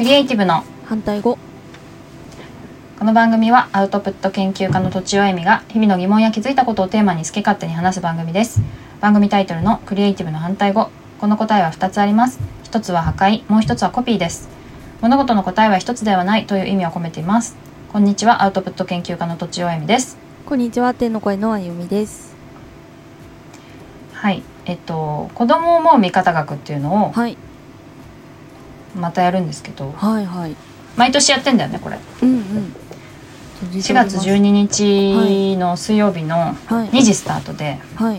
リエイティブの反対語。 この番組はアウトプット研究家のとちおえみが日々の疑問や気づいたことをテーマに好き勝手に話す番組です。番組タイトルのクリエイティブの反対語、この答えは2つあります。1つは破壊、もう1つはコピーです。物事の答えは1つではないという意味を込めています。こんにちは、アウトプット研究家のとちおえみです。 こんにちは、天の声のあゆみです。 はい、子供を思う見方学っていうのをまたやるんですけど、 はいはい、 毎年やってんだよねこれ。 うんうん。 4月12日の水曜日の2時スタートで、 はい、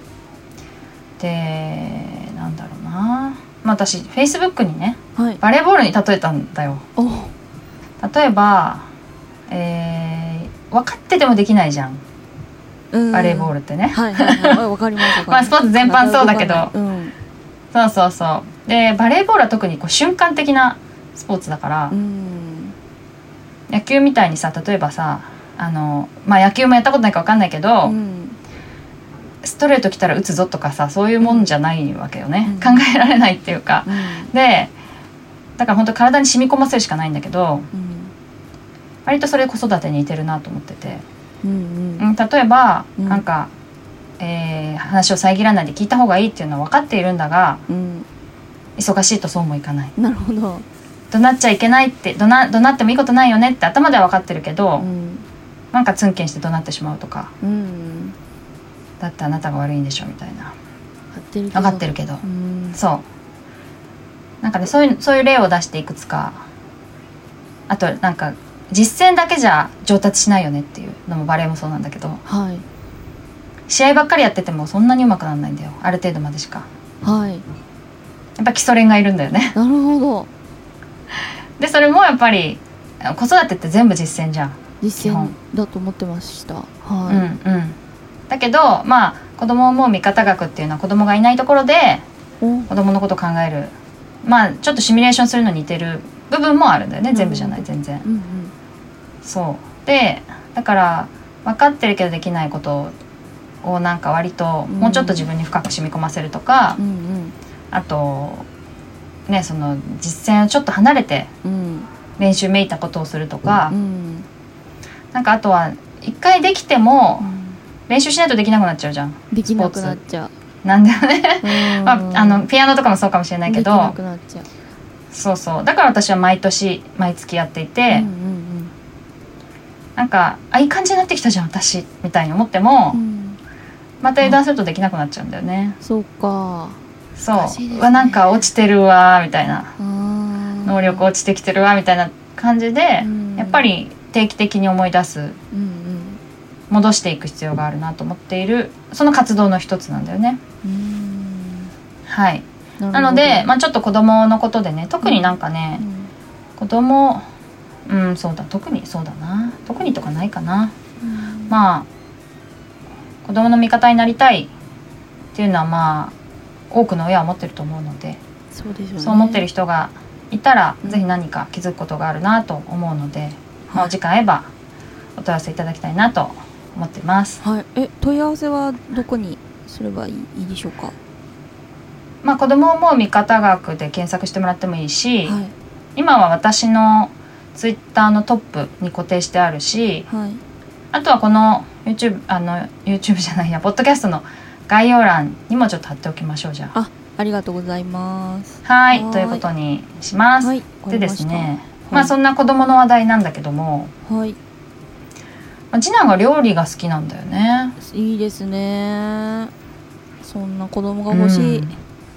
でなんだろうな、私 Facebook にね、 はい、 バレーボールに例えたんだよ。例えば、分かっててもできないじゃん、バレーボールってね。 はいはいはい、わかりますまあスポーツ全般そうだけど、そうそうそう。でバレーボールは特にこう瞬間的なスポーツだから、野球みたいにさ、例えばさ、野球もやったことないか分かんないけど、ストレート来たら打つぞとかさ、そういうもんじゃないわけよね、考えられないっていうか、でだから本当体に染み込ませるしかないんだけど、割とそれ子育てに似てるなと思ってて、例えば、なんか、話を遮らないで聞いた方がいいっていうのは分かっているんだが、忙しいとそうもいかない。 なるほど。 怒鳴っちゃいけないって、怒鳴ってもいいことないよねって頭では分かってるけど、なんかツンケンして怒鳴ってしまうとか、だってあなたが悪いんでしょみたいな、分かってるけど、そうなんかね、そういう例を出していくつか、あとなんか実践だけじゃ上達しないよねっていうのもバレーもそうなんだけど、試合ばっかりやっててもそんなにうまくならないんだよ、ある程度までしか。やっぱ基礎練がいるんだよね。 なるほど。 でそれもやっぱり子育てって全部実践じゃん。 実践だと思ってました。 だけど子供を思う見方学っていうのは子供がいないところで子供のことを考える、ちょっとシミュレーションするのに似てる部分もあるんだよね。全部じゃない、全然。そうで、だから分かってるけどできないことをなんか割ともうちょっと自分に深く染み込ませるとか、あとね、その実践をちょっと離れて練習めいたことをするとか、なんかあとは一回できても練習しないとできなくなっちゃうじゃん。 できなくなっちゃう。 なんだよね。ピアノとかもそうかもしれないけど、 できなくなっちゃう。そうそう、だから私は毎年毎月やっていて、なんかいい感じになってきたじゃん私みたいに思っても、また油断するとできなくなっちゃうんだよね。 そうか。 そう、なんか落ちてるわみたいな、能力落ちてきてるわみたいな感じで、やっぱり定期的に思い出す、戻していく必要があるなと思っている、その活動の一つなんだよね。はい。なので、ちょっと子供のことでね、特になんかね、子供、そうだ、特にそうだな、特にとかないかな。子供の味方になりたいっていうのは多くの親は思ってると思うので、そう思ってる人がいたら、ぜひ何か気づくことがあるなと思うので、お時間あればお問い合わせいただきたいなと思ってます。 問い合わせはどこにすればいいでしょうか。 子供を思う見方学で検索してもらってもいいし、今は私のツイッターのトップに固定してあるし、あとはこの YouTube じゃないや、ポッドキャストの概要欄にもちょっと貼っておきましょう。じゃあ。 ありがとうございます。 ということにします。でですね、そんな子供の話題なんだけども、次男が料理が好きなんだよね。 いいですね。そんな子供が欲しい。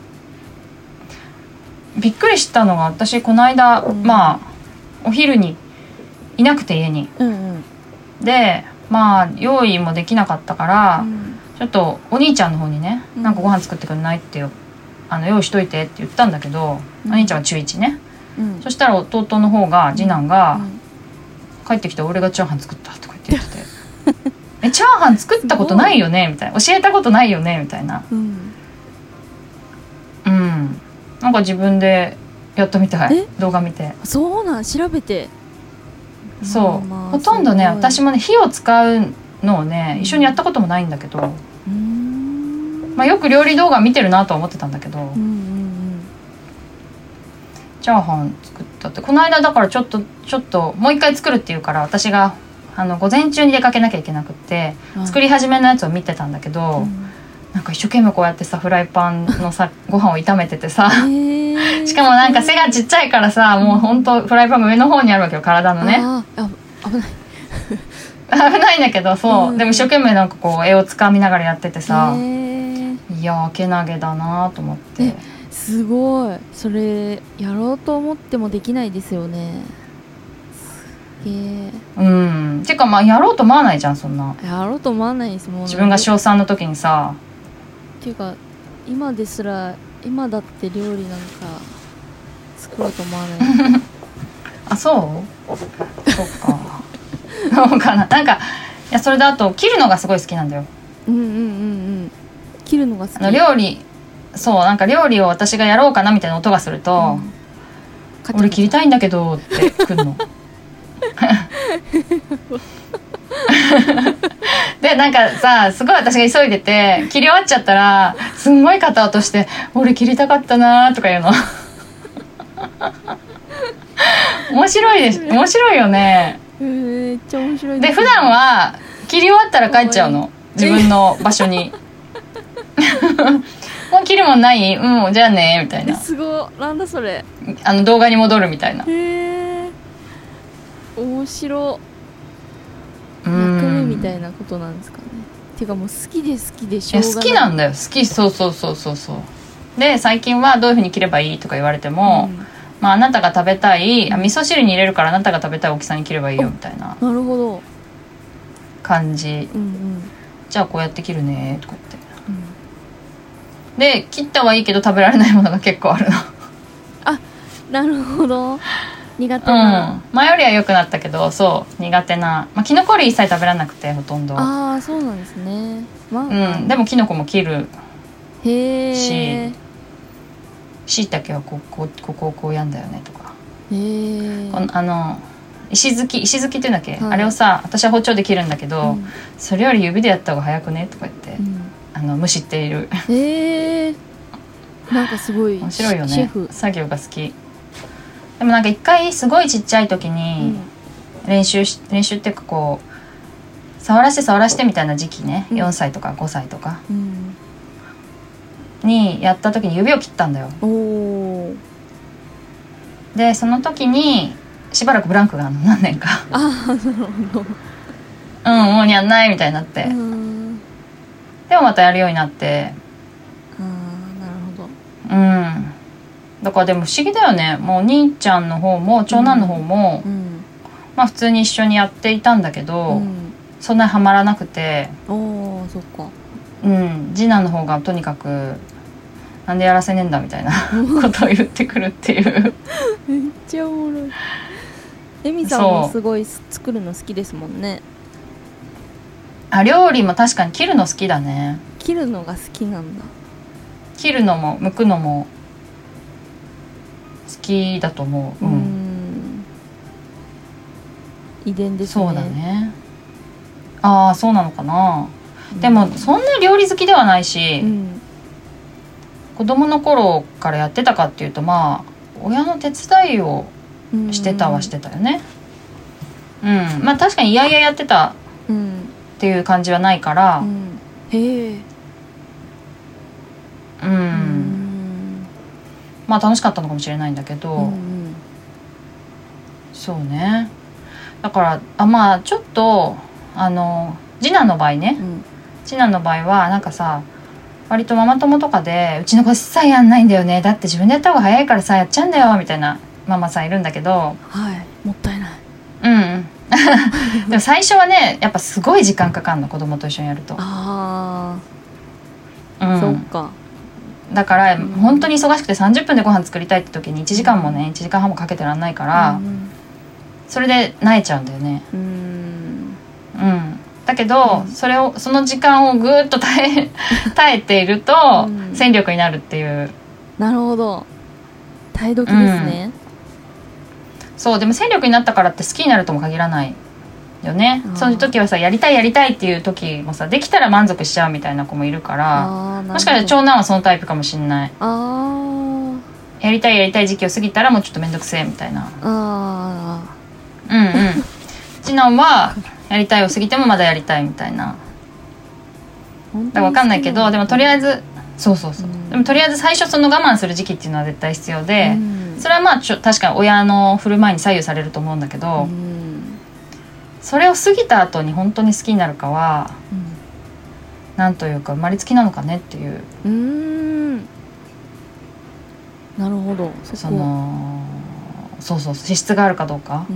びっくりしたのが、私この間、お昼にいなくて家に、で用意もできなかったから、ちょっとお兄ちゃんの方にね、なんかご飯作ってくんないってよ、用意しといてって言ったんだけど、お兄ちゃんは中1ね、そしたら弟の方が、次男が、帰ってきて俺がチャーハン作ったとか言っててチャーハン作ったことないよねみたいな、教えたことないよねみたいな、なんか自分でやったみたい、動画見て。 そうなん、調べて。 そう、ほとんどね、私もね、火を使うのをね、一緒にやったこともないんだけど、よく料理動画見てるなとは思ってたんだけど、 チャーハン作ったって。この間だからちょっともう一回作るっていうから、私が午前中に出かけなきゃいけなくって、作り始めのやつを見てたんだけど、なんか一生懸命こうやってさフライパンのさご飯を炒めててさしかもなんか背がちっちゃいからさ、もうほんとフライパンが上の方にあるわけよ、体のね。 危ない危ないんだけど、そう、でも一生懸命なんかこう絵をつかみながらやっててさ、いやけなげだなと思って。 すごい。それやろうと思ってもできないですよね。すげえ。 てかまあやろうと思わないじゃん、そんな。 やろうと思わないですもんね。 自分が小3の時にさ。 っていうか今ですら、今だって料理なんか作ろうと思わないあ、そうそっかそうかな。なんかいや、それであと切るのがすごい好きなんだよ。 切るのが好き。 料理、そう、なんか料理を私がやろうかなみたいな音がすると、俺切りたいんだけどって来るのでなんかさ、すごい私が急いでて切り終わっちゃったらすんごい肩落として「俺切りたかったな」とか言うの面白いよね。 めっちゃ面白いで、普段は切り終わったら帰っちゃうの、自分の場所にもう切るもんない？じゃあねみたいな。 すごい。なんだそれ。 動画に戻るみたいな。 へえ、面白。役目みたいなことなんですかね。ていうかもう好きでしょうがない。 好きなんだよ、好き。そうで、最近はどういう風に切ればいいとか言われても、まああなたが食べたい、味噌汁に入れるからあなたが食べたい大きさに切ればいいよみたいな。 なるほど。 感じ。じゃあこうやって切るねとか言って、で切ったはいいけど食べられないものが結構あるのあ、なるほど。苦手な、 前よりは良くなったけど、そう苦手な、キノコ類一切食べられなくて、ほとんど。 ああ、そうなんですね。 でもキノコも切るし、 しいたけはこうやんだよねとか。石突きっていうんだっけ、あれをさ、私は包丁で切るんだけど、それより指でやった方が早くねとか言って、むしっている。 なんかすごい面白いよね、 シェフ。 作業が好き。でもなんか一回すごいちっちゃい時に練習っていうか、こう触らしてみたいな時期ね、4歳とか5歳とかにやった時に指を切ったんだよ。でその時にしばらくブランクがあるの、何年か。 なるほど。 もうやんないみたいになって、でもまたやるようになって。 なるほど。 だからでも不思議だよね。もうお兄ちゃんの方も長男の方も、まあ普通に一緒にやっていたんだけど、そんなにハマらなくて。 そっか。 次男の方がとにかくなんでやらせねえんだみたいなことを言ってくるっていうめっちゃおもろい。エミさんもすごい作るの好きですもんね。 料理も確かに切るの好きだね。 切るのが好きなんだ。 切るのも剥くのも好きだと思う。 遺伝ですね。 そうだね。ああ、そうなのかな。でもそんな料理好きではないし、子供の頃からやってたかっていうと、まあ親の手伝いをしてたよね。まあ確かにいやいややってたっていう感じはないから、まあ楽しかったのかもしれないんだけど、そうね。だからまあちょっと次男の場合ね、次男の場合はなんかさ、割とママ友とかでうちの子一切やんないんだよね、だって自分でやった方が早いからさやっちゃうんだよみたいなママさんいるんだけど、 もったいない。 でも最初はね、やっぱすごい時間かかるの、子供と一緒にやると。 そっか。 だから本当に忙しくて30分でご飯作りたいって時に1時間もね1時間半もかけてらんないから、それで萎えちゃうんだよね。だけど、その時間をぐーっと耐えていると、戦力になるっていう。 なるほど。耐え時ですね。 そう。でも戦力になったからって好きになるとも限らないよね。そういう時はさ、やりたいっていう時もさ、できたら満足しちゃうみたいな子もいるから、もしかしたら長男はそのタイプかもしんない。 やりたい時期を過ぎたらもうちょっとめんどくせえみたいな。うんうん。次男はやりたいを過ぎてもまだやりたいみたいな。だから分かんないけど、でもとりあえずそう、でもとりあえず最初その我慢する時期っていうのは絶対必要で、それはまあ確かに親の振る舞いに左右されると思うんだけど、それを過ぎた後に本当に好きになるかは、なんというか生まれつきなのかねっていう。 なるほど。 そう資質があるかどうか。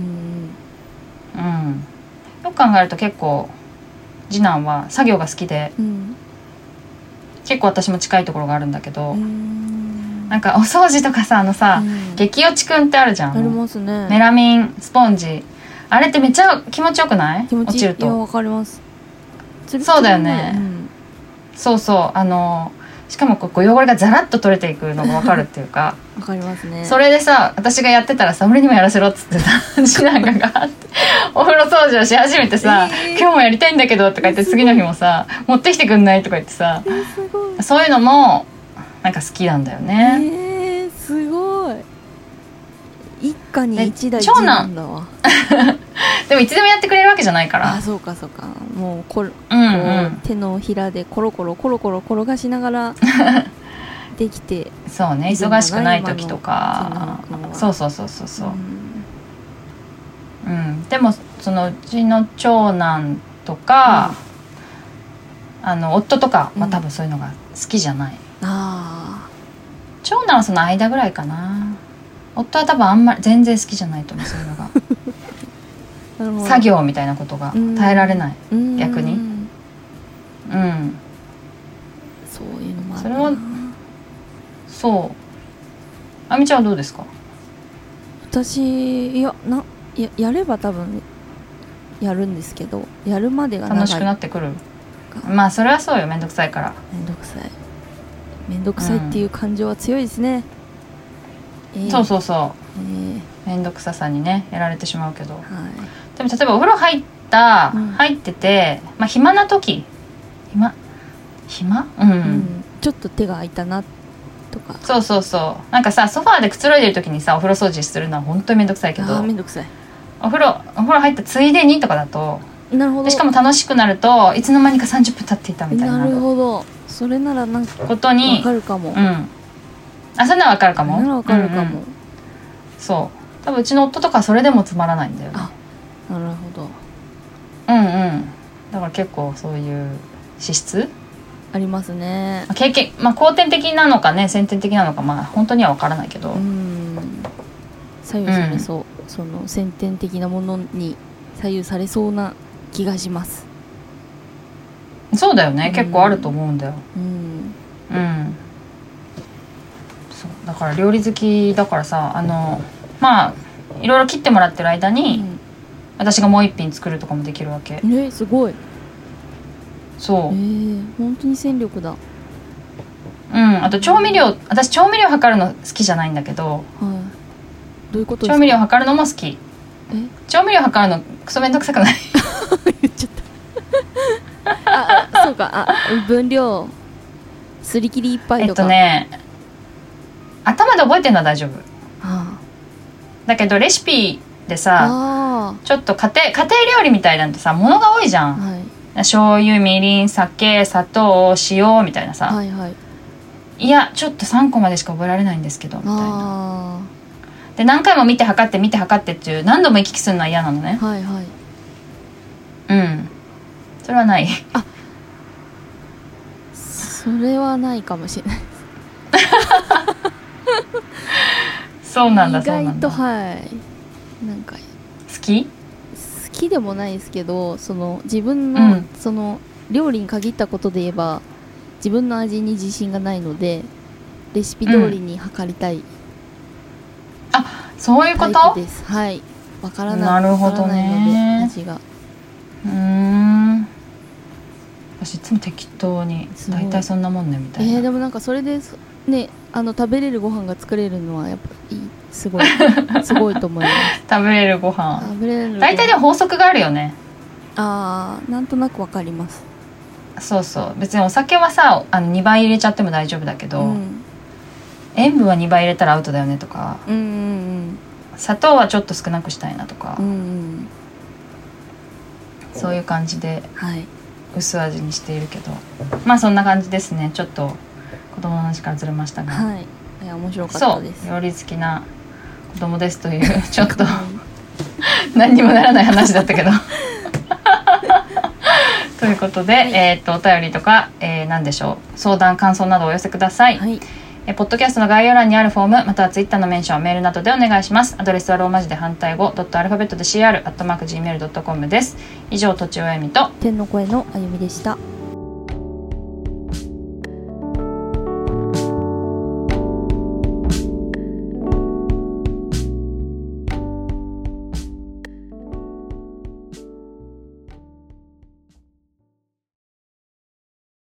よく考えると結構次男は作業が好きで、結構私も近いところがあるんだけど、なんかお掃除とかさ、激落ちくんってあるじゃん。 ありますね。 メラミンスポンジ、あれってめっちゃ気持ちよくない？落ちると。 いや、わかります。 そうだよね、そうしかも汚れがザラッと取れていくのが分かるっていうかわかりますね。 それでさ、私がやってたらさ、俺にもやらせろっつってさ次男がガーってお風呂掃除をし始めてさ、今日もやりたいんだけどとか言って、次の日もさ持ってきてくんないとか言ってさ、 すごい。 そういうのもなんか好きなんだよね。 すごい。一家に一台次男だわ。 でもいつでもやってくれるわけじゃないから。 あ、そうかもうこう手のひらでコロコロ転がしながらできてそうね、忙しくない時とか。そう、でもそのうちの長男とか、夫とかは多分そういうのが好きじゃない。長男はその間ぐらいかな。夫は多分あんまり全然好きじゃないと思う、そういうのが作業みたいなことが耐えられない、逆に。 そういうのもあるな。 それはそう。あみちゃんはどうですか？ 私やれば多分やるんですけど、やるまでが長い。 楽しくなってくる。まあそれはそうよ、めんどくさいから。 めんどくさいっていう感情は強いですね。 そう、めんどくささにねやられてしまうけど、でも例えばお風呂入ってて、暇な時、暇ちょっと手が空いたなとか。 そうなんかさ、ソファーでくつろいでる時にさお風呂掃除するのは本当にめんどくさいけど、 めんどくさい。 お風呂入ったついでにとかだと、 なるほど。 でしかも楽しくなるといつの間にか30分経っていたみたいな。 なるほど。それならなんかことにわかるかも。 それならわかるかも。そう、多分うちの夫とかそれでもつまらないんだよね。 なるほど。 だから結構そういう資質ありますね。 経験、後天的なのかね先天的なのか、本当には分からないけど、 左右されそう、その先天的なものに左右されそうな気がします。 そうだよね、結構あると思うんだよ。そうだから料理好きだからさ、いろいろ切ってもらってる間に、私がもう一品作るとかもできるわけ。 すごい。 そう、 本当に戦力だ。 あと私調味料測るの好きじゃないんだけど、 どういうことですか？ 調味料測るのも好き。調味料測るのクソめんどくさくない？ 言っちゃったそうか。分量すり切り1杯とか。 頭で覚えてるのは大丈夫。だけどレシピでさ、ちょっと家庭料理みたいなんてさ、物が多いじゃん。醤油、みりん、酒、砂糖、塩みたいなさ、いやちょっと3個までしか覚えられないんですけどみたいな。で何回も見て測ってっていう、何度も行き来するのは嫌なのね。それはない。 それはないかもしれないそうなんだ。 意外となんか好きでもないですけど、その自分の、その料理に限ったことで言えば自分の味に自信がないので、レシピ通りに測りたい、 そういうことタイプです。わからない。 なるほどね。 味が。 私いつも適当に大体そんなもんねみたいな。 でもなんかそれでね、食べれるご飯が作れるのはやっぱすごいと思います食べれるご飯大体でも法則があるよね。 なんとなくわかります。 そう別にお酒はさ2倍入れちゃっても大丈夫だけど、 塩分は2倍入れたらアウトだよねとか、 うんうんうん、 砂糖はちょっと少なくしたいなとか、 うんうん、 そういう感じではい薄味にしているけど、まあそんな感じですね。ちょっと子供の話からずれましたが、 はい、いや面白かったです。 そう料理好きな子供ですというちょっと何にもならない話だったけどということで、はい、お便りとか、何でしょう、相談感想などお寄せください、はい、ポッドキャストの概要欄にあるフォーム、またはツイッターのメンション、メールなどでお願いします。アドレスはローマ字で反対語アルファベットで CR@gmail.com です。以上、とちおやみと天の声のあゆみでした。